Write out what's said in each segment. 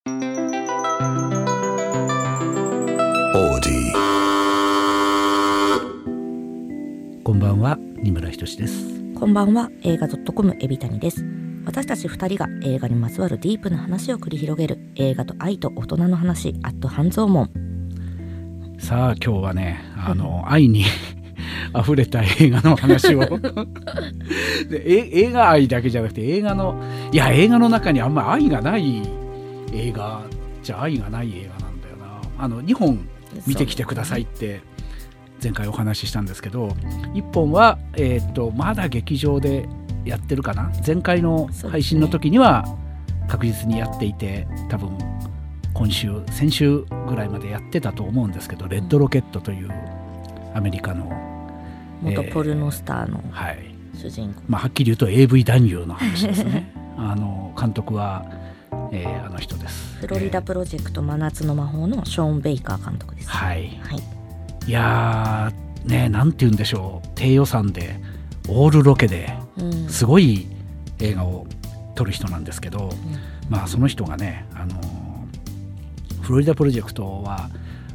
こんばんは、二村ひとしです。 こんばんは、映画 .com エビタニです。私たち2人が映画にまつわるディープな話を繰り広げる映画と愛と大人の話アット半蔵門。 さあ今日はね、愛に溢れた映画の話をで映画愛だけじゃなくて映画の中にあんま愛がない映画じゃ愛がない映画なんだよな。2本見てきてくださいって前回お話ししたんですけど、1本は、まだ劇場でやってるかな。前回の配信の時には確実にやっていて、多分先週ぐらいまでやってたと思うんですけど、レッドロケットというアメリカの元ポルノスターの主人公、 はっきり言うと AV 男優の話ですね。監督は、あの人です。 フロリダプロジェクト真夏の魔法のショーン・ベイカー監督です。 はい、いやーね、なんて言うんでしょう、低予算でオールロケですごい映画を撮る人なんですけど、その人がね、フロリダプロジェクトは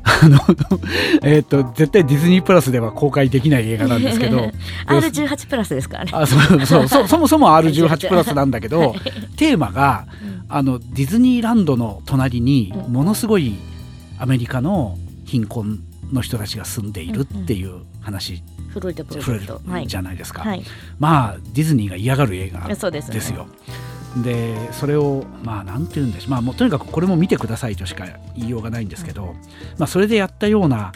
絶対ディズニープラスでは公開できない映画なんですけど R18 プラスですからね。 そもそも R18 プラスなんだけどテーマがディズニーランドの隣にものすごいアメリカの貧困の人たちが住んでいるっていう話、 フロリダプロジェクトじゃないですか。ディズニーが嫌がる映画ですよ。でそれをなんて言うんでしょう、もうとにかくこれも見てくださいとしか言いようがないんですけど、それでやったような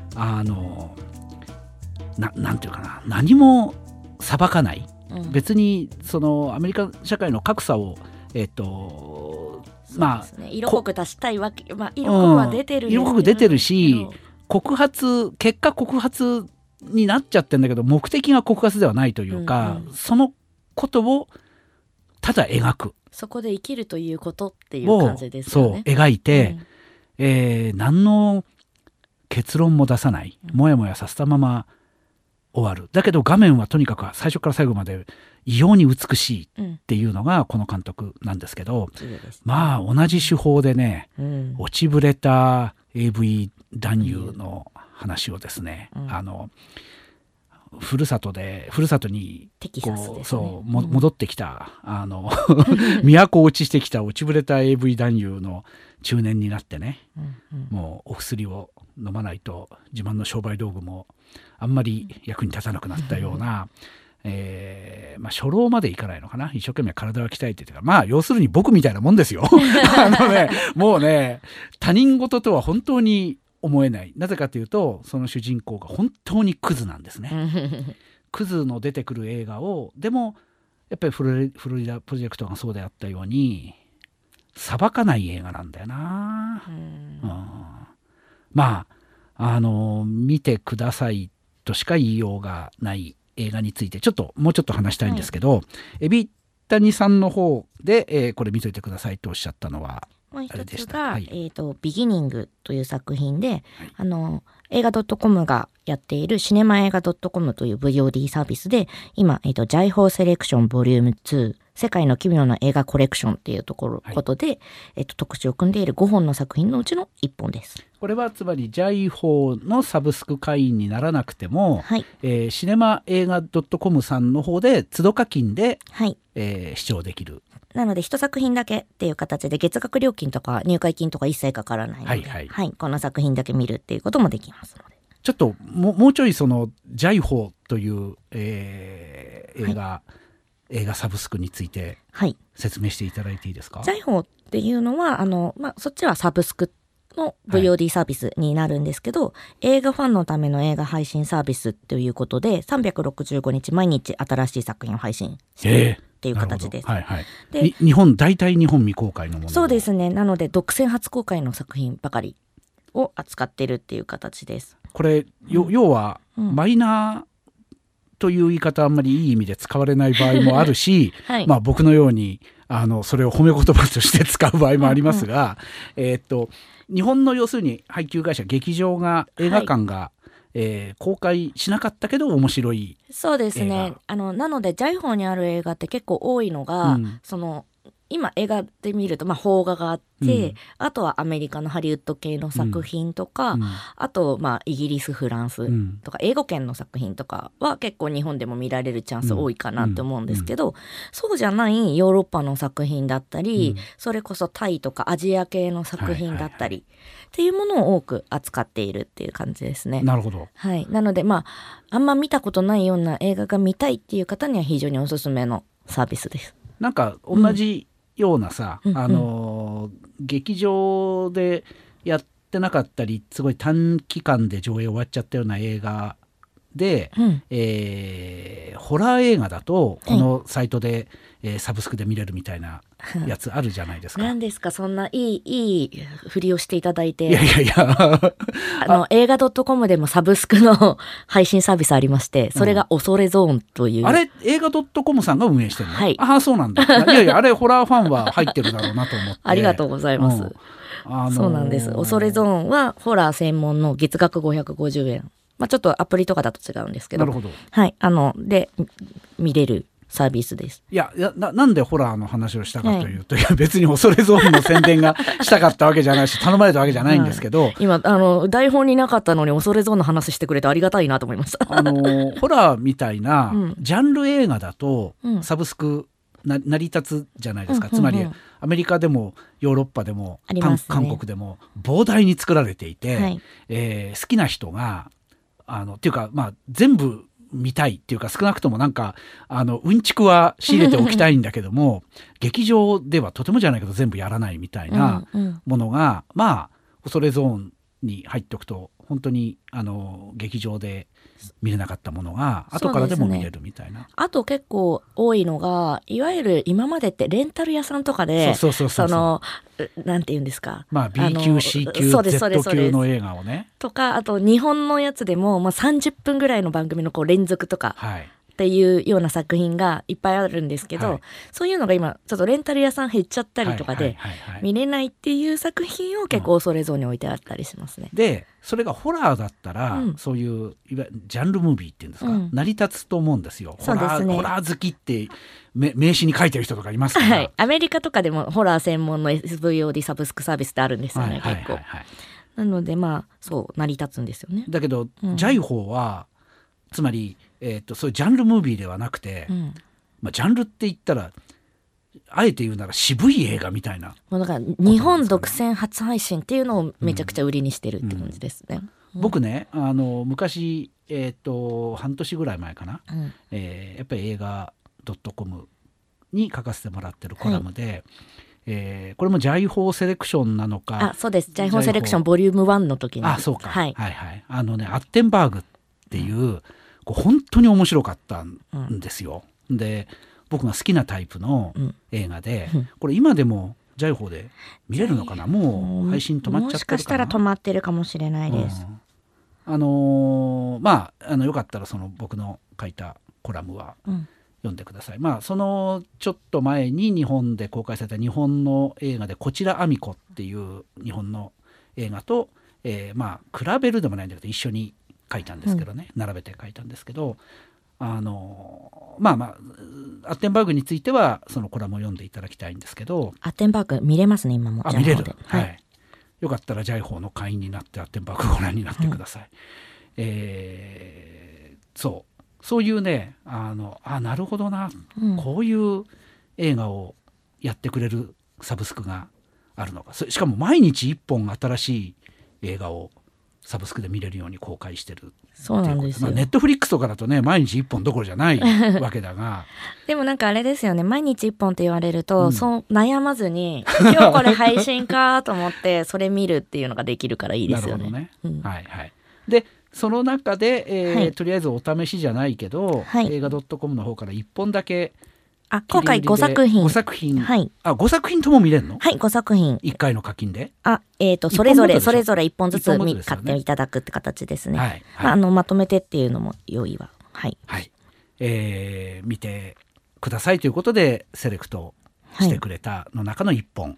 なんていうかな、何も裁かない、別にそのアメリカ社会の格差を色濃く出したいわけ、色濃くは出てる、 色濃く出てるし、結果告発になっちゃってるんだけど、目的が告発ではないというか、そのことをただ描く、 そこで生きるということっていう感じですよね。 そう描いて、何の結論も出さない、もやもやさせたまま終わる。だけど画面はとにかく最初から最後まで異様に美しいっていうのがこの監督なんですけど、同じ手法でね、落ちぶれた AV 男優の話をですね、ふるさとに戻ってきた都落ちしてきた落ちぶれた AV 男優の中年になってね、もうお薬を飲まないと自慢の商売道具もあんまり役に立たなくなったような、初老までいかないのかな、一生懸命体を鍛えてというか、要するに僕みたいなもんですよ。もうね、他人事とは本当に思えない。なぜかというと、その主人公が本当にクズなんですね。クズの出てくる映画を、でもやっぱりフロリダプロジェクトがそうであったように裁かない映画なんだよな。見てくださいとしか言いようがない映画についてもうちょっと話したいんですけど、エビタニさんの方で、これ見といてくださいとおっしゃったのは一つが、ビギニングという作品で、映画 .com がやっているシネマ映画 .com という VOD サービスで今、ジャイホーセレクションボリューム2世界の奇妙な映画コレクションっていうことで、特集を組んでいる5本の作品のうちの1本です。これはつまりジャイホーのサブスク会員にならなくても、シネマ映画 .com さんの方で都度課金で、視聴できる。 なので1作品だけっていう形で月額料金とか入会金とか一切かからないので、この作品だけ見るっていうこともできますので、 ちょっともうちょいそのジャイホーという、映画サブスクについて説明していただいていいですか。 ジャイホーっていうのはそっちはサブスクの VOD サービスになるんですけど、映画ファンのための映画配信サービスということで365日毎日新しい作品を配信しているっていう形です。 で大体日本未公開のもの。 そうですね。なので独占初公開の作品ばかりを扱ってるっていう形です。 これ要はマイナーという言い方あんまりいい意味で使われない場合もあるし、僕のようにそれを褒め言葉として使う場合もありますが、日本の要するに配給会社、劇場が映画館が、公開しなかったけど面白い映画。 そうですね。なのでジャイホーにある映画って結構多いのが、 今映画で見ると、邦画があって、あとはアメリカのハリウッド系の作品とか、あとイギリスフランスとか、英語圏の作品とかは結構日本でも見られるチャンス多いかなって思うんですけど、そうじゃないヨーロッパの作品だったり、それこそタイとかアジア系の作品だったり、っていうものを多く扱っているっていう感じですね。 なるほど。 はい、なのであんま見たことないような映画が見たいっていう方には非常におすすめのサービスです。 なんか同じようなさ、劇場でやってなかったりすごい短期間で上映終わっちゃったような映画で、ホラー映画だとこのサイトで、サブスクで見れるみたいなやつあるじゃないですか。 何ですかそんないい振りをしていただいて。 いや映画 .com でもサブスクの配信サービスありまして、それが恐れゾーンという、 あれ映画 .com さんが運営してるの？ はい。 ああそうなんだ。いやあれホラーファンは入ってるだろうなと思ってありがとうございます、そうなんです。恐れゾーンはホラー専門の月額550円、ちょっとアプリとかだと違うんですけど、 なるほど。 はい、で見れるサービスです。 いやなんでホラーの話をしたかというと、いや別に恐れゾーンの宣伝がしたかったわけじゃないし頼まれたわけじゃないんですけど、 今台本になかったのに恐れゾーンの話してくれてありがたいなと思いました。 ホラーみたいなジャンル映画だとサブスク成り立つじゃないですか、つまりアメリカでもヨーロッパでも、韓国でも膨大に作られていて、好きな人がっていうか全部見たいっていうか、少なくともなんかうんちくは仕入れておきたいんだけども劇場ではとてもじゃないけど全部やらないみたいなものが、恐れゾーンに入っておくと本当に劇場で見れなかったものが後からでも見れるみたいな。 あと結構多いのが、いわゆる今までってレンタル屋さんとかでなんて言うんですか、 B 級 C 級 Z 級の映画をねとか、あと日本のやつでも、30分ぐらいの番組の連続とか、っていうような作品がいっぱいあるんですけど、そういうのが今ちょっとレンタル屋さん減っちゃったりとかで見れないっていう作品を結構恐れゾーンに置いてあったりしますね。 でそれがホラーだったら、そういういわゆるジャンルムービーっていうんですか、成り立つと思うんですよ。ホラー好きって名刺に書いてる人とかいますから、 アメリカとかでもホラー専門の SVOD サブスクサービスってあるんですよね、結構。なのでそう成り立つんですよね。 だけど、ジャイホーはつまりそういうジャンルムービーではなくて、ジャンルって言ったらあえて言うなら渋い映画みたいな、 だから日本独占初配信っていうのをめちゃくちゃ売りにしてるって感じですね。 僕ね昔、半年ぐらい前かな、やっぱり映画 .com に書かせてもらってるコラムで、これもジャイホーセレクションなのか。 そうです。ジャイホーセレクションボリューム1の時に。 そうか、アッテンバーグっていう、本当に面白かったんですよ。で僕が好きなタイプの映画で、これ今でもジャイホーで見れるのかな。もう配信止まっちゃってるかな。 もしかしたら止まってるかもしれないです。 よかったらその僕の書いたコラムは読んでください。そのちょっと前に日本で公開された日本の映画でこちらアミコっていう日本の映画と、比べるでもないんだけど一緒に書いたんですけどね、並べて書いたんですけど、アッテンバーグについてはそのコラムを読んでいただきたいんですけど。 アッテンバーグ見れますね今も。 見れる、よかったらジャイホーの会員になってアッテンバーグご覧になってください。そういうねなるほどな、こういう映画をやってくれるサブスクがあるのか。しかも毎日1本新しい映画をサブスクで見れるように公開してる。 そうなんですよ。 ネットフリックスとかだとね毎日1本どころじゃないわけだがでもなんかあれですよね、毎日1本って言われると、そう悩まずに今日これ配信かと思ってそれ見るっていうのができるからいいですよね。 なるほどね、でその中で、とりあえずお試しじゃないけど、映画 .com の方から1本だけ今回5作品。 5作品。5作品とも見れるの？ はい、5作品。 1回の課金で？ それぞれ1本ずつ買っていただくって形ですね。まとめてっていうのも良いわ。見てくださいということでセレクトしてくれたの中の1本。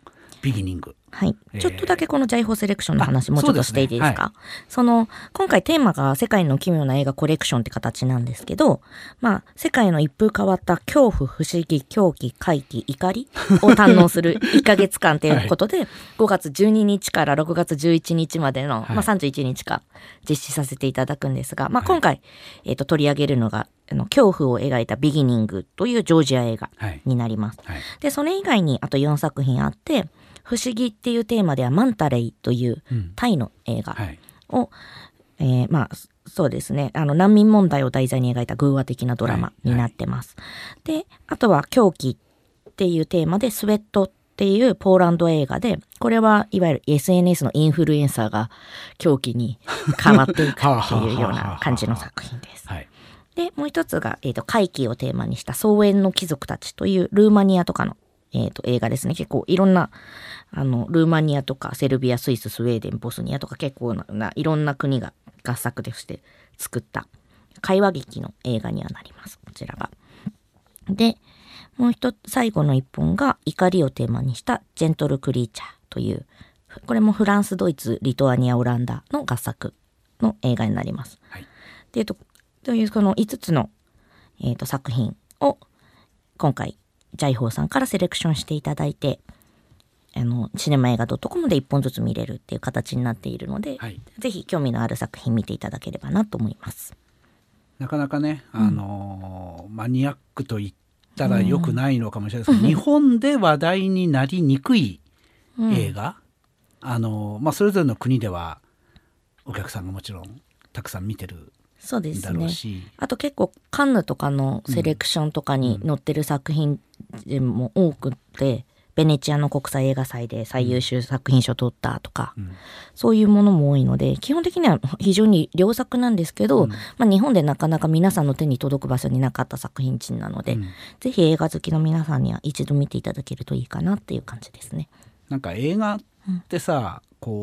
ビギニング。 はい、ちょっとだけこのジャイホーセレクションの話もうちょっとしていいですか。今回テーマが世界の奇妙な映画コレクションって形なんですけど、世界の一風変わった恐怖、不思議、狂気、怪奇、怒りを堪能する1ヶ月間ということで、5月12日から6月11日までの、31日間実施させていただくんですが、今回、取り上げるのが恐怖を描いたビギニングというジョージア映画になります。で、それ以外にあと4作品あって、不思議っていうテーマではマンタレイというタイの映画を、そうですね、難民問題を題材に描いた偶話的なドラマになってます。で、あとは狂気っていうテーマでスウェットっていうポーランド映画で、これはいわゆる SNS のインフルエンサーが狂気に変わっていくっていうような感じの作品です。で、もう一つが、怪奇をテーマにした草原の貴族たちというルーマニアとかの映画ですね。結構いろんなルーマニアとかセルビア、スイス、スウェーデン、ボスニアとか結構ないろんな国が合作でして作った会話劇の映画にはなります。こちらが。で、もう一つ最後の一本が怒りをテーマにしたジェントルクリーチャーという、これもフランス、ドイツ、リトアニア、オランダの合作の映画になります。で、というこの5つの、作品を今回ジャイホーさんからセレクションしていただいて、シネマ映画 .com で1本ずつ見れるっていう形になっているので、ぜひ興味のある作品見ていただければなと思います。 なかなかね、マニアックと言ったらよくないのかもしれないですけど、日本で話題になりにくい映画、それぞれの国ではお客さんがもちろんたくさん見てるそうですね。あと結構カンヌとかのセレクションとかに載ってる作品でも多くて、ベネチアの国際映画祭で最優秀作品賞を取ったとか、そういうものも多いので、基本的には非常に良作なんですけど、日本でなかなか皆さんの手に届く場所になかった作品群なので、ぜひ映画好きの皆さんには一度見ていただけるといいかなっていう感じですね。 なんか映画ってさ、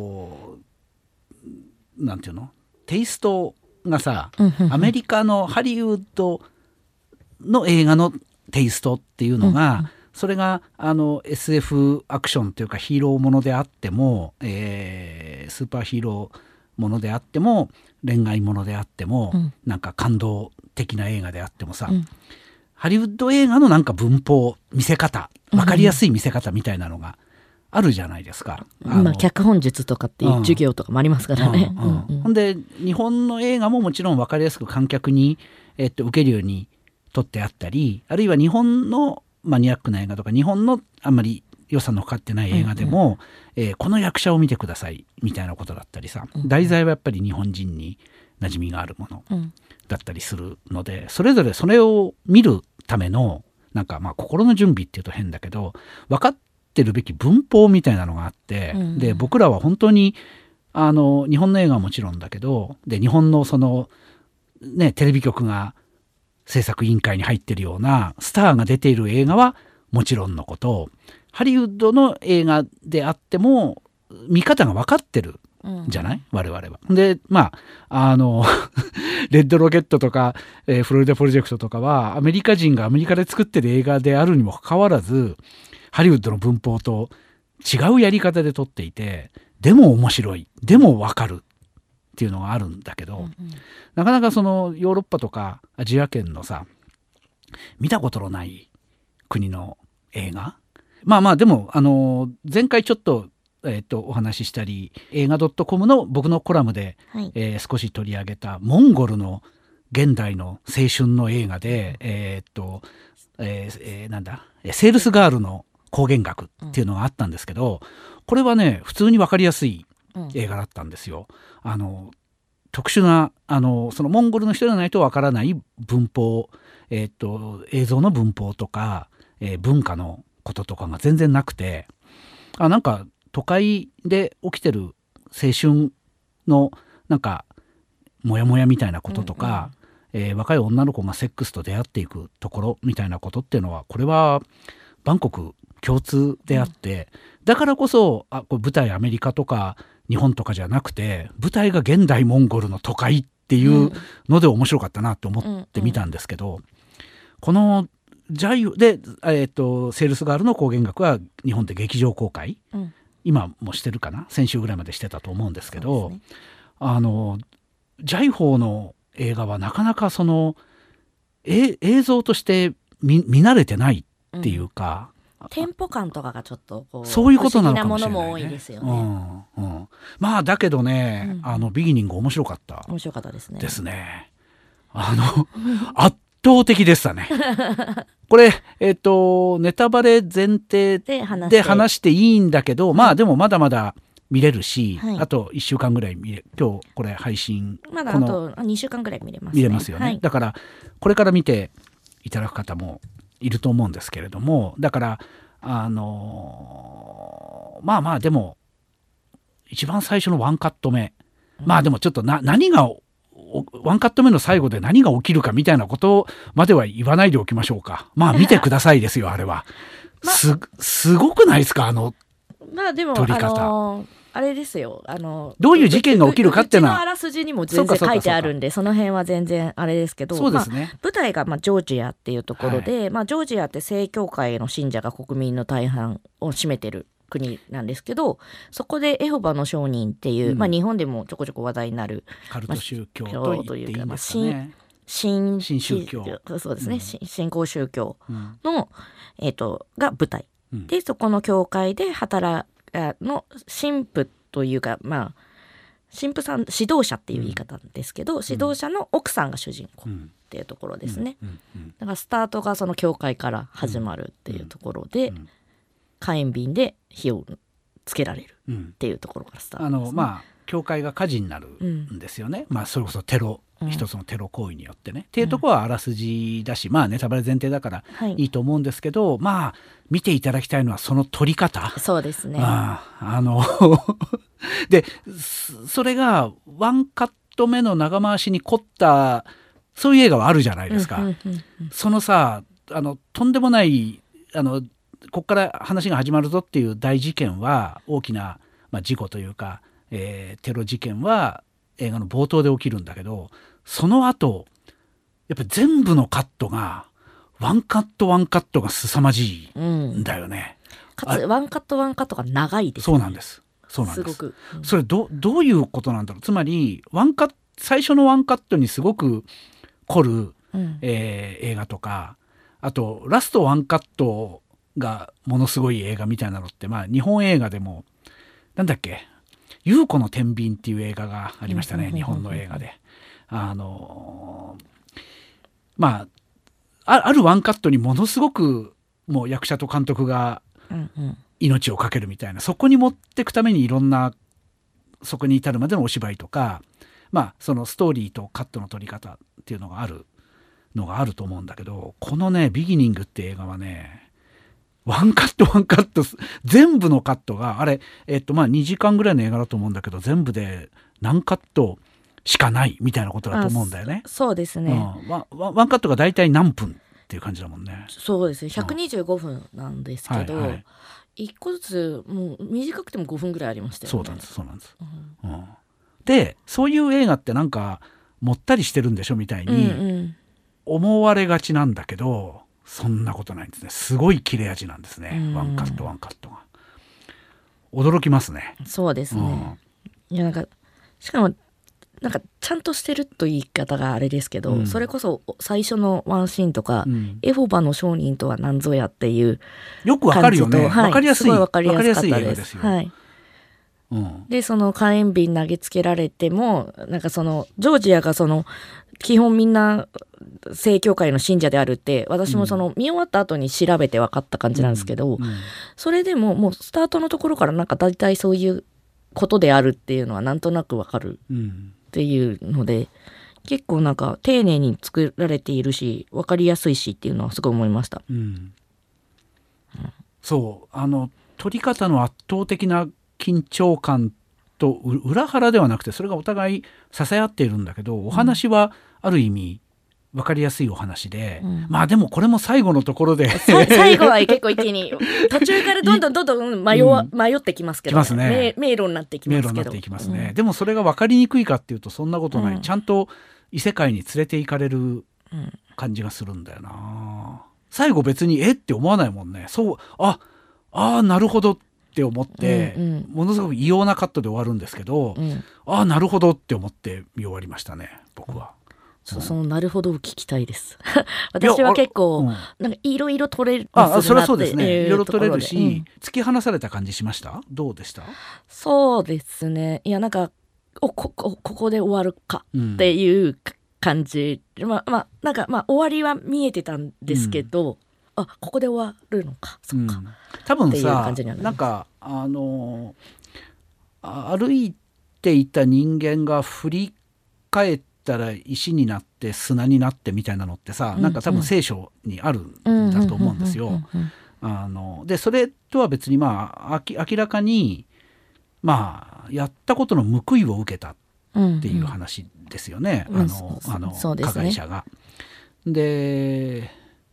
なんていうの、テイストがさ、アメリカのハリウッドの映画のテイストっていうのが、それがSF アクションというかヒーローものであっても、スーパーヒーローものであっても恋愛ものであっても、なんか感動的な映画であってもさ、ハリウッド映画のなんか文法、見せ方、分かりやすい見せ方みたいなのがあるじゃないですか。 脚本術とかっていう授業とかもありますからね。 ほんで日本の映画ももちろん分かりやすく観客に、受けるように撮ってあったり、あるいは日本のマニアックな映画とか日本のあんまり予算のかかってない映画でも、この役者を見てくださいみたいなことだったりさ、題材はやっぱり日本人に馴染みがあるものだったりするので、それぞれそれを見るためのなんか心の準備っていうと変だけど分かってるべき文法みたいなのがあって、で僕らは本当に日本の映画はもちろんだけど、で日本のテレビ局が制作委員会に入ってるようなスターが出ている映画はもちろんのこと、ハリウッドの映画であっても見方が分かってるじゃない、我々は。でレッドロケットとか、フロリダプロジェクトとかはアメリカ人がアメリカで作ってる映画であるにもかかわらずハリウッドの文法と違うやり方で撮っていて、でも面白い、でも分かるっていうのがあるんだけど、なかなかヨーロッパとかアジア圏のさ、見たことのない国の映画、でも前回ちょっと、お話ししたり映画 .com の僕のコラムで、少し取り上げたモンゴルの現代の青春の映画で、なんだセールスガールの光源学っていうのがあったんですけど、これはね普通に分かりやすい映画だったんですよ。特殊なそのモンゴルの人じゃないと分からない文法、映像の文法とか、文化のこととかが全然なくて、なんか都会で起きてる青春のなんかモヤモヤみたいなこととか、若い女の子がセックスと出会っていくところみたいなことっていうのは、これは万国共通であって、だからこそこれ舞台アメリカとか日本とかじゃなくて舞台が現代モンゴルの都会っていうので面白かったなと思ってみたんですけど、このジャイで、セールスガールの光源学は日本で劇場公開、今もしてるかな、先週ぐらいまでしてたと思うんですけど、ね、ジャイホーの映画はなかなかその映像として見慣れてないっていうか、 テンポ感とかがちょっとこうそういうことなのかもしれないね。 不思議なものも多いですよね。 まあだけどね、ビギニング面白かった。 面白かったですね。 ですね。圧倒的でしたね。これネタバレ前提で話していいんだけど、まあでもまだまだ見れるし、あと1週間ぐらい今日これ配信まだあと2週間ぐらい見れますね。 見れますよね。だからこれから見ていただく方もいると思うんですけれども、だからまあまあでも一番最初のワンカット目、まあでもちょっと何がワンカット目の最後で何が起きるかみたいなことまでは言わないでおきましょうか。まあ見てくださいですよあれは。すごくないですかまあでも撮り方。 あれですよ、 どういう事件が起きるかっていうのはうちのあらすじにも全然書いてあるんで、その辺は全然あれですけど、 そうですね、 舞台がジョージアっていうところで、ジョージアって正教会の信者が国民の大半を占めてる国なんですけど、そこでエホバの証人っていう、日本でもちょこちょこ話題になるカルト宗教と言っていいんですかね。 新宗教、 そうですね、新興宗教の、が舞台、でそこの教会での神父というか、神父さん指導者っていう言い方なんですけど、指導者の奥さんが主人公っていうところですね。だからスタートがその教会から始まるっていうところで、火炎瓶で火をつけられるっていうところからスタートですね。 教会が火事になるんですよね。それこそ一つのテロ行為によってね、っていうところはあらすじだし、ネタバレ前提だからいいと思うんですけど、見ていただきたいのはその撮り方。 そうですね。 でそれがワンカット目の長回しに凝ったそういう映画はあるじゃないですか。そのさとんでもないこっから話が始まるぞっていう大事件は大きな、事故というか、テロ事件は映画の冒頭で起きるんだけど、その後やっぱり全部のカットがワンカットが凄まじいんだよね。 かつワンカットが長いです、 ね。そうなんです。すごく、それどういうことなんだろう。つまり最初のワンカットにすごく凝る、映画とか、あとラストワンカットがものすごい映画みたいなのって、日本映画でもなんだっけ、優子の天秤っていう映画がありましたね、日本の映画で。あるワンカットにものすごくもう役者と監督が命を懸けるみたいな、そこに持っていくためにいろんなそこに至るまでのお芝居とか、そのストーリーとカットの撮り方っていうのがあると思うんだけど、このねビギニングって映画はね、ワンカット全部のカットがあれ、2時間ぐらいの映画だと思うんだけど、全部で何カットしかないみたいなことだと思うんだよね。 そうですね、 ワンカットが大体何分っていう感じだもんね。 そうですね、125分なんですけど、1個ずつもう短くても5分ぐらいありましたよね。 そうなんです、でそういう映画ってなんかもったりしてるんでしょみたいに思われがちなんだけど、そんなことないんですね。すごい切れ味なんですね、ワンカットが驚きますね。 そうですね、いやしかもちゃんとしてるという言い方があれですけど、それこそ最初のワンシーンとか、エホバの証人とは何ぞやっていうよくわかるよね。わかりやすい、 すごいわかりやすかった映画です。でその火炎瓶投げつけられても、そのジョージアが基本みんな正教会の信者であるって私も見終わった後に調べて分かった感じなんですけど、それでももうスタートのところから大体そういうことであるっていうのはなんとなく分かるっていうので、結構丁寧に作られているし分かりやすいしっていうのはすごい思いました。 そう撮り方の圧倒的な緊張感と裏腹ではなくて、それがお互い支え合っているんだけど、お話はある意味分かりやすいお話で、でもこれも最後のところで最後は結構一気に途中からどんどん迷ってきますけど、迷路になっていきますけど、 でもそれが分かりにくいかっていうとそんなことない、ちゃんと異世界に連れて行かれる感じがするんだよな。 最後別にって思わないもんね。そうなるほどって思って、ものすごく異様なカットで終わるんですけど、なるほどって思って見終わりましたね僕は。 そのなるほどを聞きたいです私は結構なんかいろいろ取れるそれはそうですね、いろいろ取れるし、突き放された感じしました？どうでした？ そうですね、いやなんかここで終わるかっていう感じ、なんか終わりは見えてたんですけど、ここで終わるのか、そっか、 多分さ、なんか歩いていた人間が振り返ったら石になって砂になってみたいなのってさ、なんか多分聖書にあるんだと思うんですよ。でそれとは別に明らかにやったことの報いを受けたっていう話ですよね、加害者が。で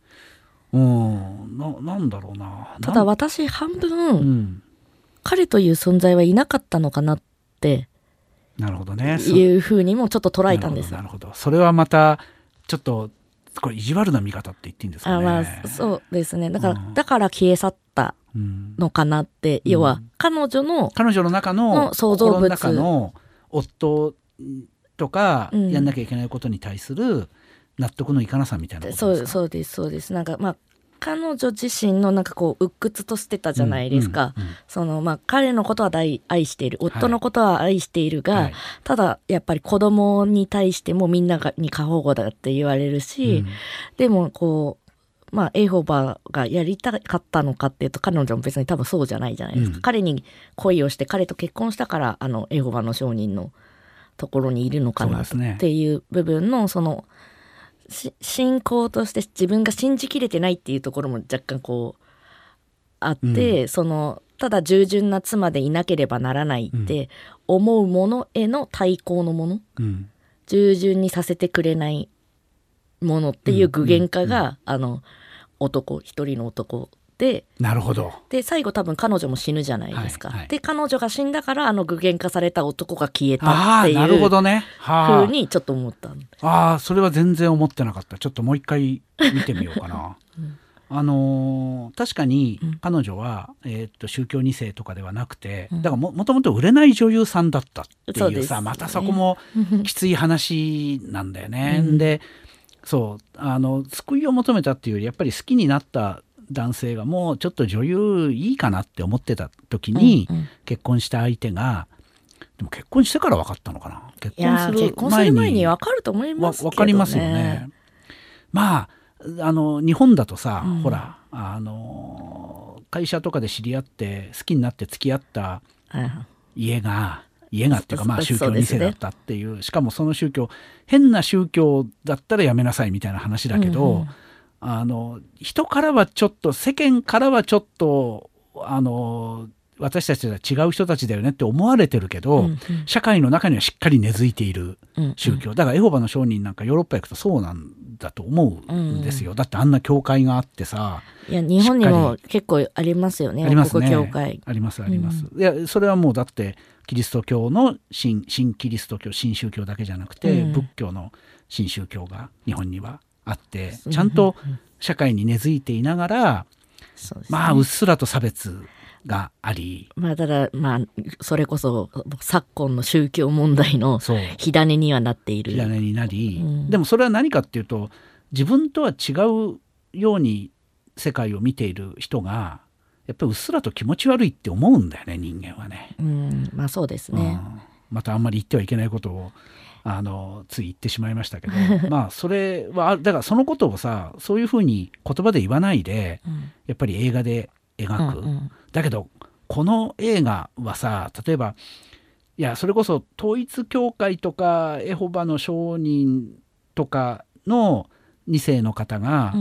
なんだろうな。 ただ私半分、彼という存在はいなかったのかなってなるほどね、 いうふうにもちょっと捉えたんです。 なるほど。それはまたちょっとこれ意地悪な見方って言っていいんですかね。 そうですね。だから消え去ったのかなって、要は彼女の中の想像物、 心の中の夫とかやんなきゃいけないことに対する納得のいかなさみたいなことですか？ そうです。なんか彼女自身のなんかこう鬱屈としてたじゃないですか。彼のことは愛している、夫のことは愛しているが、ただやっぱり子供に対してもみんなに過保護だって言われるし、でもこうエホバがやりたかったのかっていうと、彼女も別に多分そうじゃないじゃないですか。彼に恋をして彼と結婚したからエホバの証人のところにいるのかなっていう部分の信仰として自分が信じきれてないっていうところも若干こうあって、ただ従順な妻でいなければならないって思うものへの対抗のもの、従順にさせてくれないものっていう具現化が、一人の男で、 なるほど。 で最後多分彼女も死ぬじゃないですか、で彼女が死んだから具現化された男が消えたっていうなるほどね、 風にちょっと思った。 それは全然思ってなかった。ちょっともう一回見てみようかな。確かに彼女は、宗教2世とかではなくて、だからもともと売れない女優さんだったっていうさ、またそこもきつい話なんだよね。で救いを求めたっていうより、やっぱり好きになった男性がもうちょっと女優いいかなって思ってた時に、結婚した相手が、でも結婚してから分かったのかな。結婚する前に分かると思いますけどね。 分かりますよね。日本だとさ、ほら会社とかで知り合って好きになって付き合った家がっていうか宗教2世だったっていう、しかもその宗教変な宗教だったらやめなさいみたいな話だけど、人からはちょっと、世間からはちょっと私たちは違う人たちだよねって思われてるけど、社会の中にはしっかり根付いている宗教、だからエホバの証人なんかヨーロッパ行くとそうなんだと思うんですよ。だってあんな教会があってさ。 いや日本にも結構ありますよね。 ありますね。 教会あります。いやそれはもうだってキリスト教の新キリスト教、新宗教だけじゃなくて、仏教の新宗教が日本にはあって、ちゃんと社会に根付いていながら、うっすらと差別があり、 ただそれこそ昨今の宗教問題の火種にはなっている。 火種になり、でもそれは何かっていうと、自分とは違うように世界を見ている人がやっぱりうっすらと気持ち悪いって思うんだよね、人間はね。 そうですね。 またあんまり言ってはいけないことをつい言ってしまいましたけどそれはだからそのことをさ、そういうふうに言葉で言わないで、やっぱり映画で描く、だけどこの映画はさ、例えばそれこそ統一教会とかエホバの証人とかの2世の方が、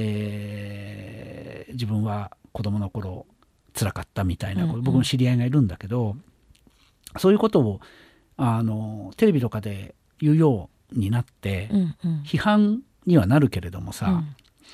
自分は子供の頃辛かったみたいな、僕の知り合いがいるんだけど、そういうことをテレビとかで言うようになって、批判にはなるけれどもさ、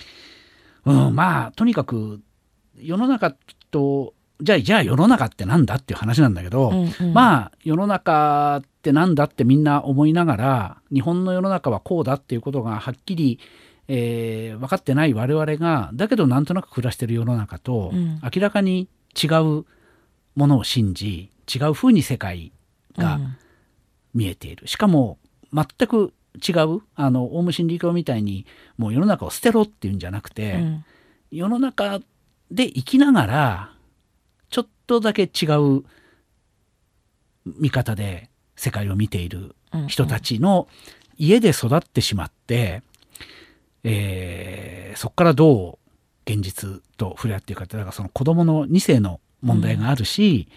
とにかく世の中とじゃあ世の中ってなんだっていう話なんだけど、世の中ってなんだってみんな思いながら、日本の世の中はこうだっていうことがはっきり、 分かってない我々がだけどなんとなく暮らしてる世の中と、明らかに違うものを信じ違う風に世界が見えている。しかも全く違うオウム真理教みたいにもう世の中を捨てろっていうんじゃなくて、世の中で生きながらちょっとだけ違う見方で世界を見ている人たちの家で育ってしまって、そこからどう現実と触れ合っていくかって、だからその子どもの2世の問題があるし、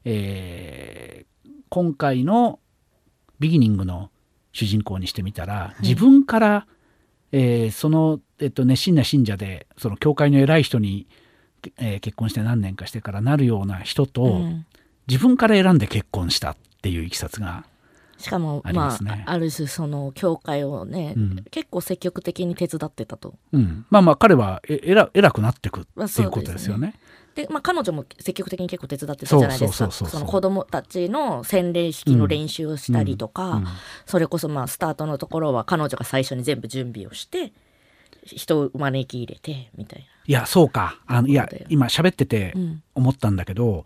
今回のビギニングの主人公にしてみたら、自分から、その、熱心な信者でその教会の偉い人に、結婚して何年かしてからなるような人と、自分から選んで結婚したっていういきさつがしかも、ある種その教会をね、結構積極的に手伝ってたと、 彼は偉くなっていくっていうことですよね。 で、彼女も積極的に結構手伝ってたじゃないですか。その子供たちの洗礼式の練習をしたりとか、それこそスタートのところは彼女が最初に全部準備をして人を招き入れてみたいな。 いやそうか、今喋ってて思ったんだけど、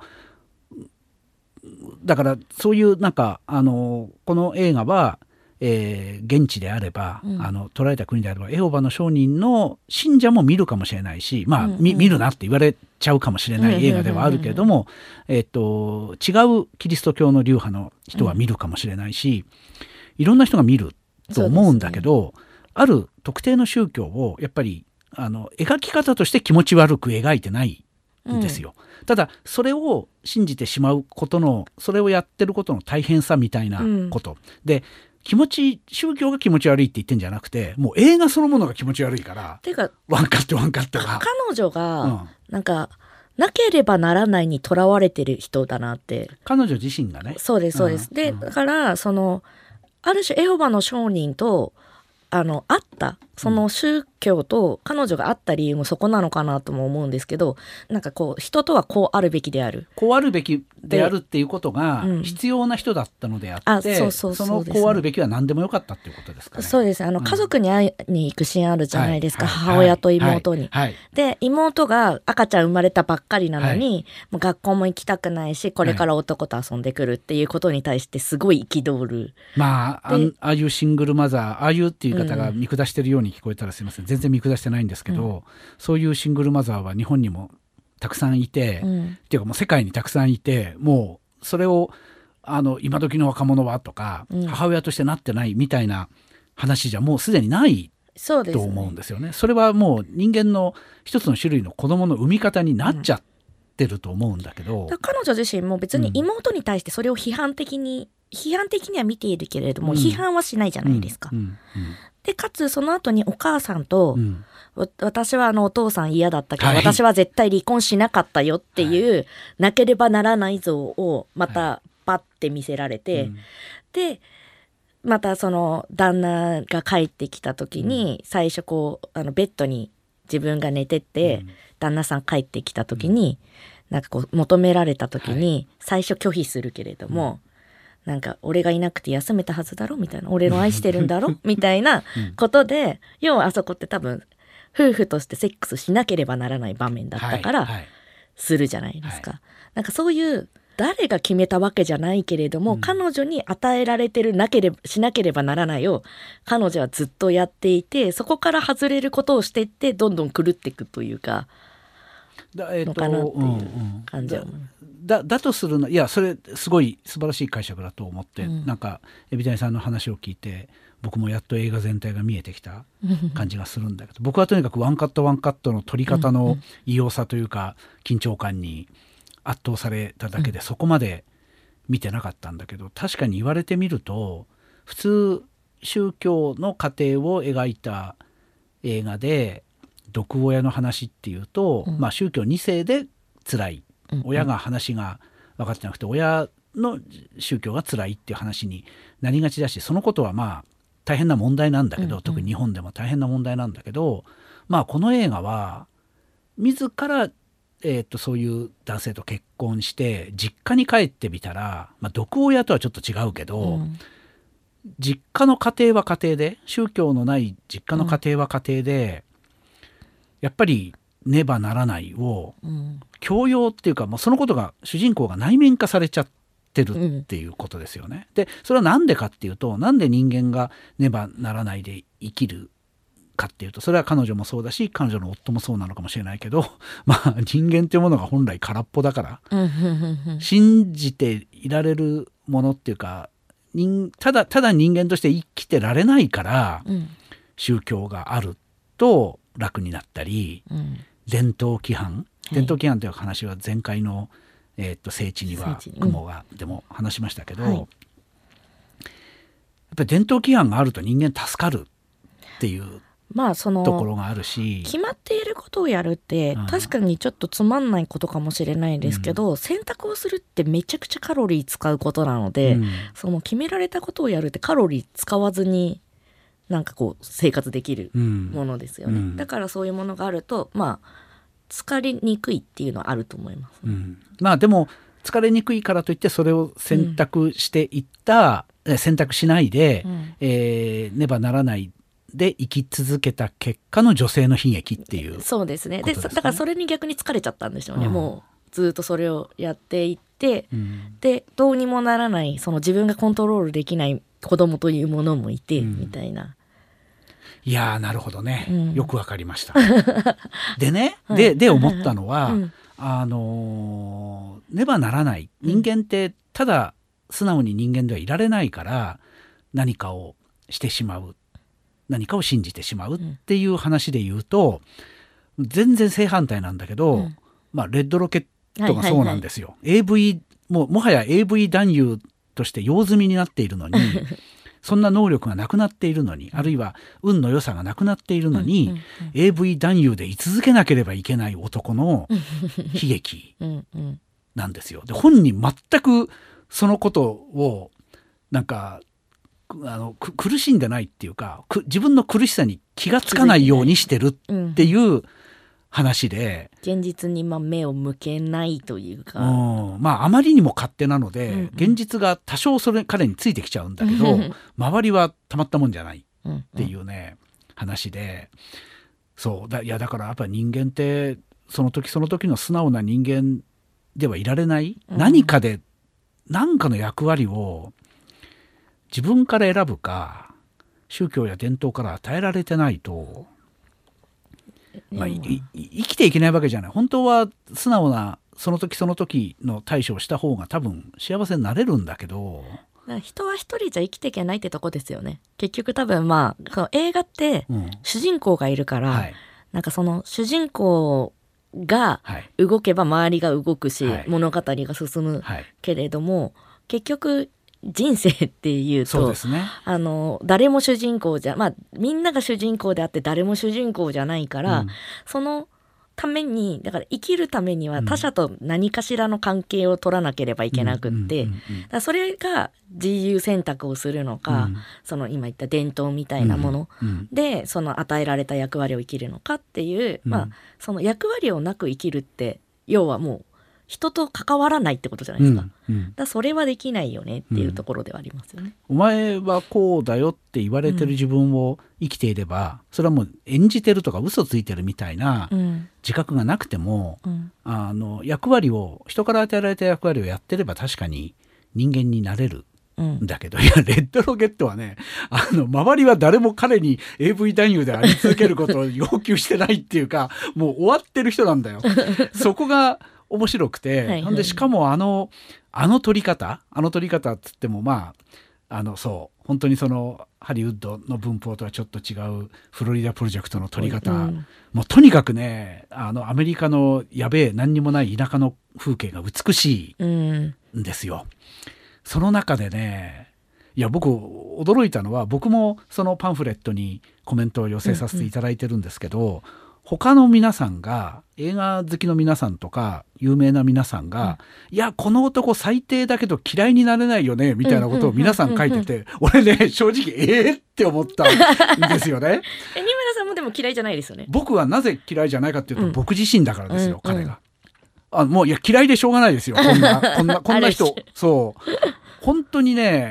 だからそういうこの映画は、現地であれば、捉えた国であればエホバの証人の信者も見るかもしれないし、見るなって言われちゃうかもしれない映画ではあるけれども、違うキリスト教の流派の人は見るかもしれないし、いろんな人が見ると思うんだけど、ある特定の宗教をやっぱり描き方として気持ち悪く描いてないんですよ。ただそれを信じてしまうことの、それをやってることの大変さみたいなこと、で宗教が気持ち悪いって言ってんじゃなくて、もう映画そのものが気持ち悪いから、 てかワンカットが彼女がなければならないにとらわれてる人だなって。 彼女自身がね。 そうですそうです。でだからある種エホバの証人と会ったその宗教と彼女が会った理由もそこなのかなとも思うんですけど、人とはこうあるべきであるっていうことが必要な人だったのであって、そのこうあるべきは何でもよかったっていうことですかね。 そうです。家族に会いに行くシーンあるじゃないですか、母親と妹に、で妹が赤ちゃん生まれたばっかりなのに、もう学校も行きたくないしこれから男と遊んでくるっていうことに対してすごい憤る。 ああいうシングルマザー、ああいうっていう方が見下してるように聞こえたらすいません、全然見下してないんですけど、そういうシングルマザーは日本にもたくさんいて、っていうかもう世界にたくさんいて、もうそれを今時の若者はとか、母親としてなってないみたいな話じゃもうすでにないと思うんですよね。それはもう人間の一つの種類の子供の産み方になっちゃってると思うんだけど、 彼女自身も別に妹に対してそれを批判的には見ているけれども、批判はしないじゃないですか。でかつその後にお母さんと、私はお父さん嫌だったけど、私は絶対離婚しなかったよっていう、なければならない像をまたパッて見せられて、でまたその旦那が帰ってきた時に、最初ベッドに自分が寝てて、旦那さん帰ってきた時に、求められた時に、最初拒否するけれども、俺がいなくて休めたはずだろみたいな、俺の愛してるんだろみたいなことで、要はあそこって多分夫婦としてセックスしなければならない場面だったからするじゃないですか。そういう誰が決めたわけじゃないけれども、彼女に与えられてるしなければならないを彼女はずっとやっていて、そこから外れることをしていってどんどん狂っていくというかのかなっていう感じは思う。 だとするの、いやそれすごい素晴らしい解釈だと思って、海老谷さんの話を聞いて僕もやっと映画全体が見えてきた感じがするんだけど、僕はとにかくワンカットの撮り方の異様さというか緊張感に圧倒されただけで、そこまで見てなかったんだけど、確かに言われてみると、普通宗教の過程を描いた映画で毒親の話っていうと、宗教2世で辛い、親が話が分かってなくて親の宗教が辛いっていう話になりがちだし、そのことは大変な問題なんだけど、特に日本でも大変な問題なんだけど、この映画は自ら、そういう男性と結婚して実家に帰ってみたら、毒親とはちょっと違うけど、 実家の家庭は家庭で、宗教のない実家の家庭は家庭で、やっぱりねばならないを強要っていうか、もうそのことが主人公が内面化されちゃってるっていうことですよね。でそれはなんでかっていうと、なんで人間がねばならないで生きるかっていうと、それは彼女もそうだし彼女の夫もそうなのかもしれないけど、まあ人間というものが本来空っぽだから、信じていられるものっていうか、ただ人間として生きてられないから、宗教があると楽になったり、伝統規範という話は前回の、聖地には雲がでも話しましたけど、やっぱり伝統規範があると人間助かるっていうそのところがあるし、 決まっていることをやるって、確かにちょっとつまんないことかもしれないですけど、選択をするってめちゃくちゃカロリー使うことなので、その決められたことをやるってカロリー使わずになんかこう生活できるものですよね、だからそういうものがあると疲れにくいっていうのはあると思います、 まあでも疲れにくいからといってそれを選択していった、選択しないで、ねばならないで生き続けた結果の女性の悲劇っていう、 そうですね。でだからそれに逆に疲れちゃったんでしょうね、もうずっとそれをやっていって、でどうにもならない、その自分がコントロールできない子供というものもいて、みたいな。 いやーなるほどね、よくわかりましたでね、で思ったのは、ねばならない人間ってただ素直に人間ではいられないから、何かをしてしまう、何かを信じてしまうっていう話で言うと、全然正反対なんだけど、レッドロケットがそうなんですよ、AV もはや AV 男優として用済みになっているのにそんな能力がなくなっているのに、あるいは運の良さがなくなっているのに、AV 男優で居続けなければいけない男の悲劇なんですよ。で本人全くそのことをなんか苦しんでないっていうか、自分の苦しさに気がつかないようにしてるっていう話で、 現実に目を向けないというか、 あまりにも勝手なので、現実が多少彼についてきちゃうんだけど周りはたまったもんじゃないっていうね、話で、だからやっぱり人間ってその時その時の素直な人間ではいられない、何かの役割を自分から選ぶか、宗教や伝統から与えられてないと、生きていけないわけじゃない。本当は素直なその時その時の対処をした方が多分幸せになれるんだけど、 人は一人じゃ生きていけないってとこですよね。結局多分その映画って主人公がいるから、なんかその主人公が動けば周りが動くし、物語が進むけれども、結局人生っていうと、 そうですね、 誰も主人公じゃ、みんなが主人公であって誰も主人公じゃないから、そのために、だから生きるためには他者と何かしらの関係を取らなければいけなくって、それが自由選択をするのか、その今言った伝統みたいなもので、その与えられた役割を生きるのかっていう、その役割をなく生きるって、要はもう人と関わらないってことじゃないですか。だそれはできないよねっていうところではありますよね。 お前はこうだよって言われてる自分を生きていれば、それはもう演じてるとか嘘ついてるみたいな自覚がなくても、役割を、人から与えられた役割をやってれば確かに人間になれるんだけど、レッドロケットはね、周りは誰も彼に AV 男優であり続けることを要求してないっていうか、もう終わってる人なんだよそこが面白くて、なんでしかも撮り方っつってもそう本当にそのハリウッドの文法とはちょっと違うフロリダプロジェクトの撮り方、もうとにかくね、アメリカのやべえ何にもない田舎の風景が美しいんですよ。その中でね、いや僕驚いたのは、僕もそのパンフレットにコメントを寄せさせていただいてるんですけど、他の皆さんが、映画好きの皆さんとか有名な皆さんが、いやこの男最低だけど嫌いになれないよねみたいなことを皆さん書いてて、俺ね正直って思ったんですよね二村さんもでも嫌いじゃないですよね。 僕はなぜ嫌いじゃないかっていうと、僕自身だからですよ、彼が。もう嫌いでしょうがないですよ、こんな人。そう本当にね、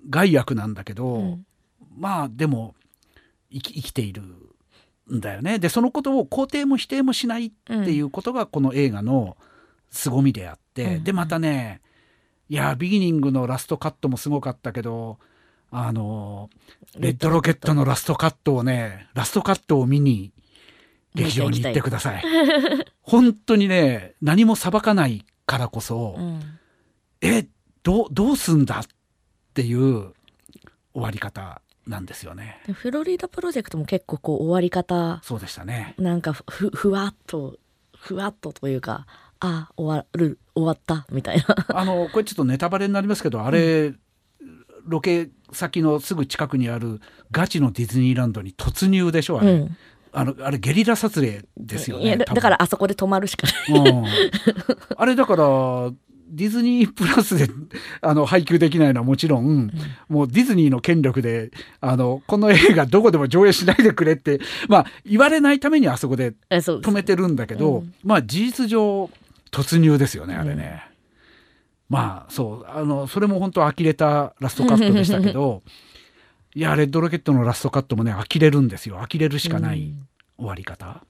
害悪なんだけど、まあでも生きているんだよね。でそのことを肯定も否定もしないっていうことがこの映画の凄みであって、でまたね、いやビギニングのラストカットもすごかったけど、レッドロケットのラストカットを見に劇場に行ってください。本当にね、何も裁かないからこそ、どうすんだっていう終わり方なんですよね。 フロリダプロジェクトも結構こう終わり方、 そうでしたね。 なんかふわっとというか、終わったみたいなこれちょっとネタバレになりますけど、あれ、ロケ先のすぐ近くにあるガチのディズニーランドに突入でしょ、あれ。あれゲリラ撮影ですよね。 いやだからあそこで止まるしかない、 あれだからディズニープラスで配給できないのはもちろん、もうディズニーの権力でこの映画どこでも上映しないでくれって、まあ、言われないためにあそこで止めてるんだけど、まあ事実上突入ですよね、あれね。まあそうそれも本当呆れたラストカットでしたけどいやレッドロケットのラストカットもね、呆れるんですよ。呆れるしかない終わり方。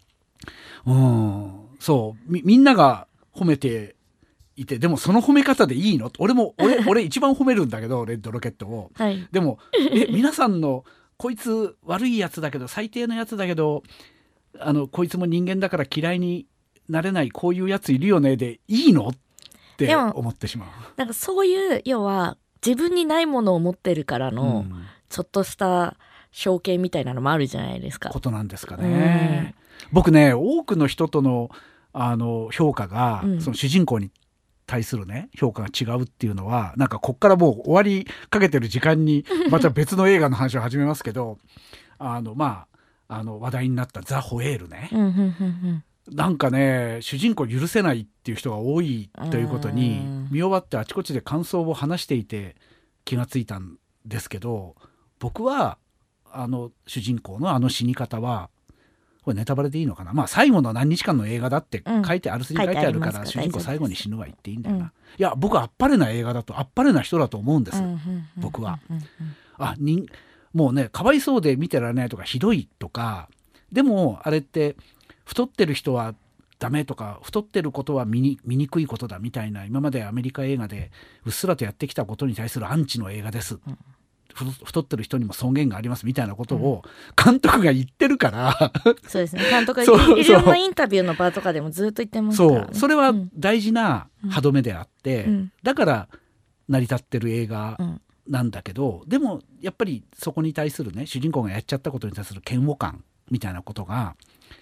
そうみんなが褒めていて、でもその褒め方でいいの？俺一番褒めるんだけどレッドロケットを、でも皆さんのこいつ悪いやつだけど最低のやつだけどこいつも人間だから嫌いになれないこういうやついるよねでいいのって思ってしまう。 なんかそういう要は自分にないものを持ってるからの、ちょっとした証券みたいなのもあるじゃないですか。 ことなんですかね。僕ね、多くの人との評価が、その主人公に対するね評価が違うっていうのは、なんかこっからもう終わりかけてる時間にまた別の映画の話を始めますけど話題になったザ・ホエールね。なんかね、主人公許せないっていう人が多いということに見終わってあちこちで感想を話していて気がついたんですけど、僕は主人公の死に方は、これネタバレでいいのかな、まあ最後の何日間の映画だって書いてある、書いてあるから主人公最後に死ぬは言っていいんだよな。いや僕はあっぱれな映画だと、あっぱれな人だと思うんです、僕は。もうね、かわいそうで見てられないとかひどいとか、でもあれって太ってる人はダメとか、太ってることは見にくいことだみたいな、今までアメリカ映画でうっすらとやってきたことに対するアンチの映画です、太ってる人にも尊厳がありますみたいなことを監督が言ってるから、 そうですね、監督がいろんなインタビューの場とかでもずっと言ってますからね。 それは大事な歯止めであって、だから成り立ってる映画なんだけど、でもやっぱりそこに対するね、主人公がやっちゃったことに対する嫌悪感みたいなことが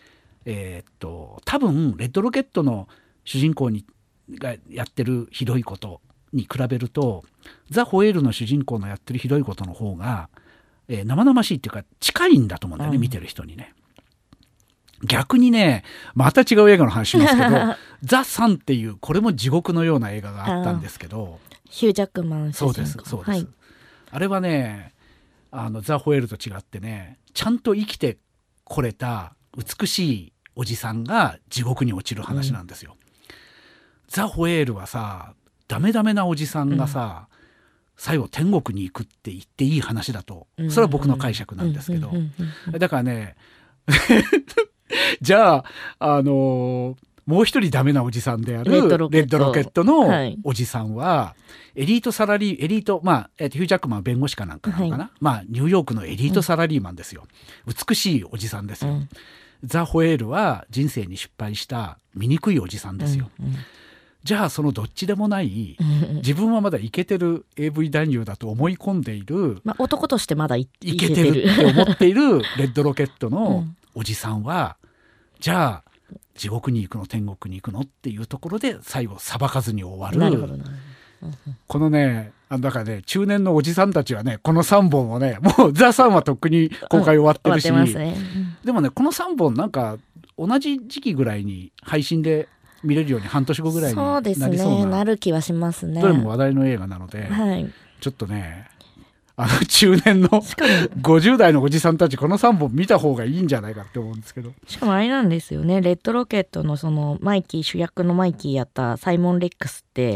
多分レッドロケットの主人公がやってるひどいことに比べると、ザ・ホエールの主人公のやってるひどいことの方が、生々しいっていうか近いんだと思うんだよね、見てる人にね。逆にね、また違う映画の話しますけどザ・サンっていうこれも地獄のような映画があったんですけど、 ヒュージャックマン主人公。 そうです、あれはねザ・ホエールと違ってね、ちゃんと生きてこれた美しいおじさんが地獄に落ちる話なんですよ。ザ・ホエールはさ、ダメダメなおじさんがさ、最後天国に行くって言っていい話だと、それは僕の解釈なんですけど、だからねじゃあもう一人ダメなおじさんであるレッドロケットのおじさんは、エリート、ヒュージャックマンは弁護士かなんかなのかな、ニューヨークのエリートサラリーマンですよ。美しいおじさんですよ。ザ・ホエールは人生に失敗した醜いおじさんですよ。じゃあそのどっちでもない自分はまだイケてる AV 男優だと思い込んでいる、 男としてまだイケてるって思っているレッドロケットのおじさんは、じゃあ地獄に行くの天国に行くのっていうところで最後裁かずに終わる。 なるほど、 このね、だからね、中年のおじさんたちはね、この3本をね、もうザ・サンはとっくに公開終わってるし、でもね、この3本なんか同じ時期ぐらいに配信で見れるように半年後ぐらいになりそうな、 そうですね、なる気はしますね。 どれも話題の映画なので、ちょっとね、中年の50代のおじさんたちこの3本見た方がいいんじゃないかって思うんですけど、 しかもあれなんですよね、レッドロケットのその主役のマイキーやったサイモン・レックスって、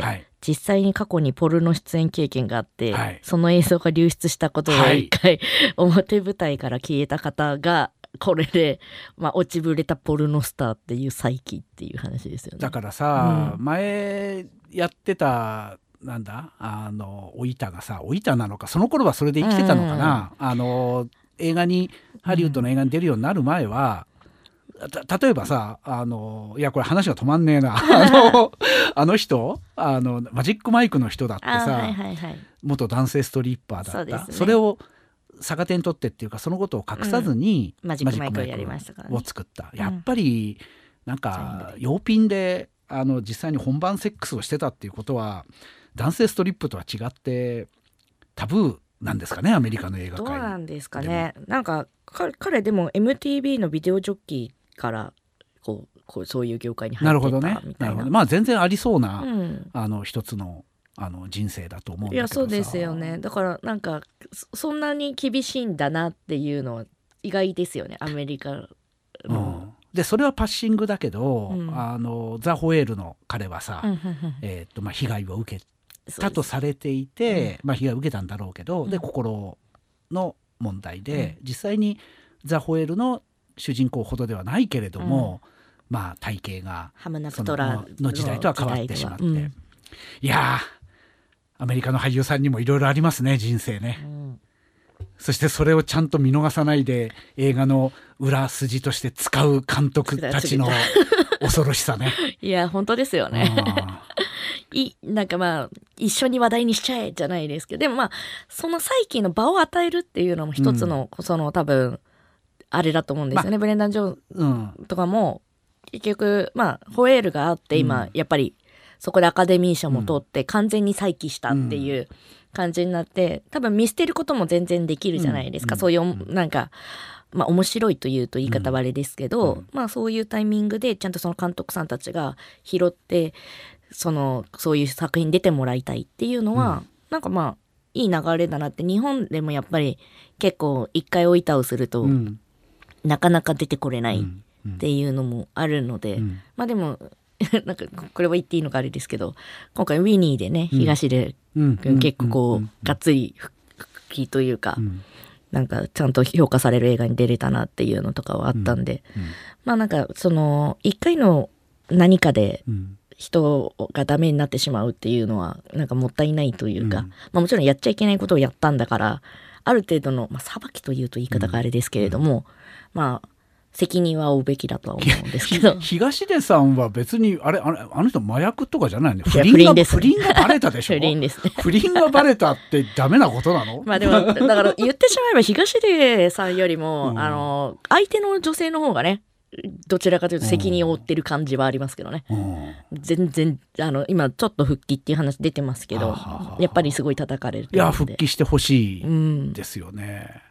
実際に過去にポルノ出演経験があって、 はい、 その映像が流出したことで一回、表舞台から消えた方がこれで、落ちぶれたポルノスターっていう再起っていう話ですよね。 だからさ、前やってたなんだお板がさ、お板なのか、その頃はそれで生きてたのかな、映画にハリウッドの映画に出るようになる前は、例えばさいやこれ話が止まんねえなあの人マジックマイクの人だってさ、元男性ストリッパーだった、それを逆手に取ってっていうか、そのことを隠さずに、 マジックマイクをやりましたからね、 を作った。やっぱりなんか洋ピンで実際に本番セックスをしてたっていうことは、男性ストリップとは違ってタブーなんですかね、アメリカの映画界。 どうなんですかね。なんか彼でも MTV のビデオジョッキーからこうそういう業界に入ってたみたいな。 なるほどね。なるほど。まあ全然ありそうな、一つの人生だと思うんだけどさ。 いやそうですよね。だからなんかそんなに厳しいんだなっていうのは意外ですよね、アメリカの。 でそれはパッシングだけど、ザ・ホエールの彼はさ、被害を受けたとされていて、被害を受けたんだろうけど、で心の問題で、実際にザ・ホエールの主人公ほどではないけれども、体型がハムナプトラの時代とは変わってしまって、いやアメリカの俳優さんにもいろいろありますね、人生ね。そしてそれをちゃんと見逃さないで映画の裏筋として使う監督たちの恐ろしさね。 いや本当ですよね。なんか一緒に話題にしちゃえじゃないですけど、でもその再起の場を与えるっていうのも一つの、その多分あれだと思うんですよね。ブレンダン・ジョーンとかも結局ホエールがあって今、やっぱりそこでアカデミー賞も取って完全に再起したっていう感じになって、多分見捨てることも全然できるじゃないですか。そういうなんか面白いというと言い方はあれですけど、そういうタイミングでちゃんとその監督さんたちが拾ってそういう作品に出てもらいたいっていうのは、なんかいい流れだなって。日本でもやっぱり結構一回お板をすると、なかなか出てこれないっていうのもあるので、でもなんかこれは言っていいのかあれですけど、今回ウィニーでね、東出君結構がっつり復帰というか、なんかちゃんと評価される映画に出れたなっていうのとかはあったんで、なんかその一回の何かで人がダメになってしまうっていうのはなんかもったいないというか、もちろんやっちゃいけないことをやったんだから、ある程度の、裁きというと言い方があれですけれども、責任は負うべきだとは思うんですけど。 東出さんは別にあの人麻薬とかじゃないね。不倫ですね。 不倫がバレたでしょ。 不倫ですね。 不倫がバレたってダメなことなの？ でもだから言ってしまえば東出さんよりも、相手の女性の方がね、どちらかというと責任を負ってる感じはありますけどね。全然今ちょっと復帰っていう話出てますけど、やっぱりすごい叩かれる。 いや復帰してほしいですよね。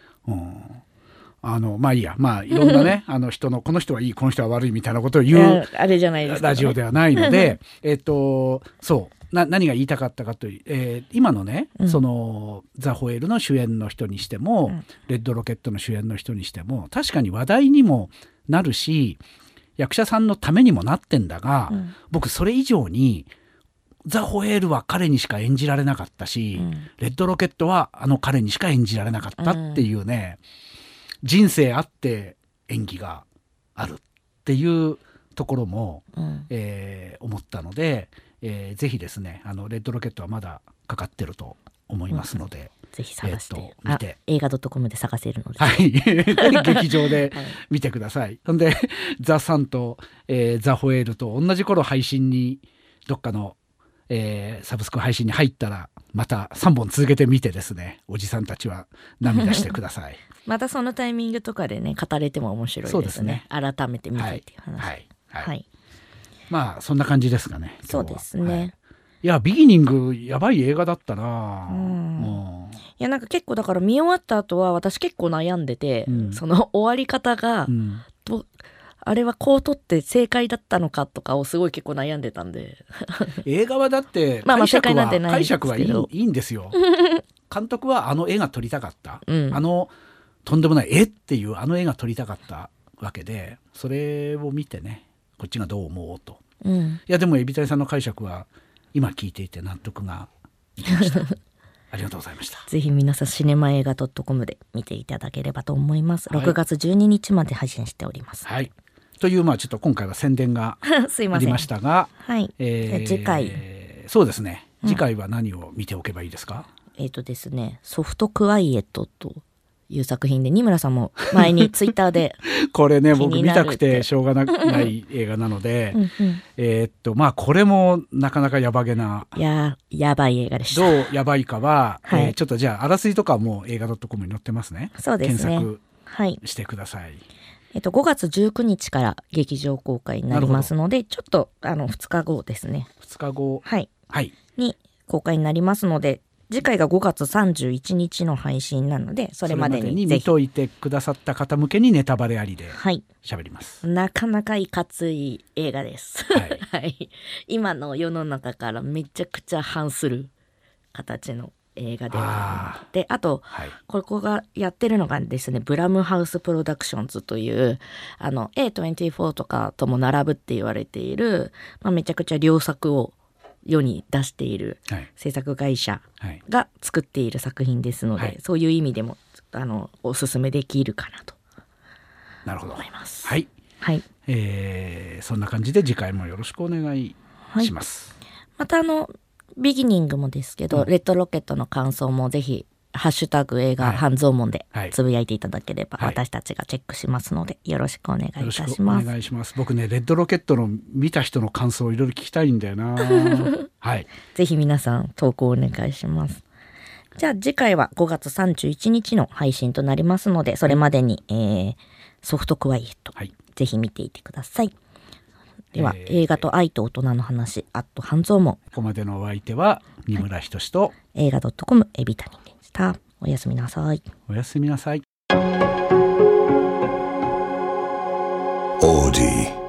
いいや、いろんなね人のこの人はいいこの人は悪いみたいなことを言うあれじゃないですか、 ラジオではないのでそう何が言いたかったかという、今のね、そのザ・ホエールの主演の人にしても、レッドロケットの主演の人にしても確かに話題にもなるし役者さんのためにもなってんだが、僕それ以上にザ・ホエールは彼にしか演じられなかったし、レッドロケットは彼にしか演じられなかったっていうね、人生あって演技があるっていうところも、思ったので、ぜひですねレッドロケットはまだかかってると思いますので、 ぜひ探して見て、 映画 .com で探せるので、 劇場で見てください。ほんでザ・サンと、ザ・ホエールと同じ頃配信にどっかの、サブスク配信に入ったらまた3本続けてみてですね、おじさんたちは涙してください。 またそのタイミングとかでね語れても面白いですね。改めて見てっていう話。 そんな感じですかね。 そうですね。 いやビギニングやばい映画だったな。 いやなんか結構だから見終わった後は私結構悩んでて、その終わり方が、あれはこう撮って正解だったのかとかをすごい結構悩んでたんで。 映画はだって解釈はいいんですよ。監督は絵が撮りたかった、とんでもない絵っていう絵が撮りたかったわけで、それを見てねこっちがどう思おうと、いやでも海老谷さんの解釈は今聞いていて納得がいきましたありがとうございました。 ぜひ皆さんシネマ映画 .com で見ていただければと思います。 はい、 6月12日まで配信しております。 はい、というちょっと今回は宣伝がすいませんありましたが、 はい、次回そうですね、次回は何を見ておけばいいですか？ ですね、ソフトクワイエットという作品で、二村さんも前にツイッターでこれね僕見たくてしょうがない映画なのでこれもなかなかやばげなやばい映画でした。 どうやばいかは、 はい、 ちょっとじゃああらすじとかはもう映画 .com に載ってますね。 そうですね、 検索してください。 5月19日から劇場公開になりますので、ちょっと2日後ですね。 2日後、 はいはい、 に公開になりますので、次回が5月31日の配信なので、それまでに見といてくださった方向けにネタバレありで喋ります。 なかなかいかつい映画です、 はいはい、今の世の中からめちゃくちゃ反する形の映画ではあるので、あと、はい、ここがやってるのがですね、ブラムハウスプロダクションズというA24 とかとも並ぶって言われている、めちゃくちゃ良作を世に出している制作会社が作っている作品ですので、はい、そういう意味でもおすすめできるかなと思います。 はい、 はい、 そんな感じで次回もよろしくお願いします。 はい、またビギニングもですけど、レッドロケットの感想もぜひハッシュタグ映画半蔵門でつぶやいていただければ、私たちがチェックしますのでよろしくお願いいたします。 お願いします。僕ねレッドロケットの見た人の感想をいろいろ聞きたいんだよなはい、 ぜひ皆さん投稿お願いします。じゃあ次回は5月31日の配信となりますので、それまでに、ソフトクワイエット、ぜひ見ていてください。では、映画と愛と大人の話半蔵門、 ここまでのお相手は二村仁と、 映画 .com 海老谷でした。おやすみなさい。 おやすみなさい。 オーディ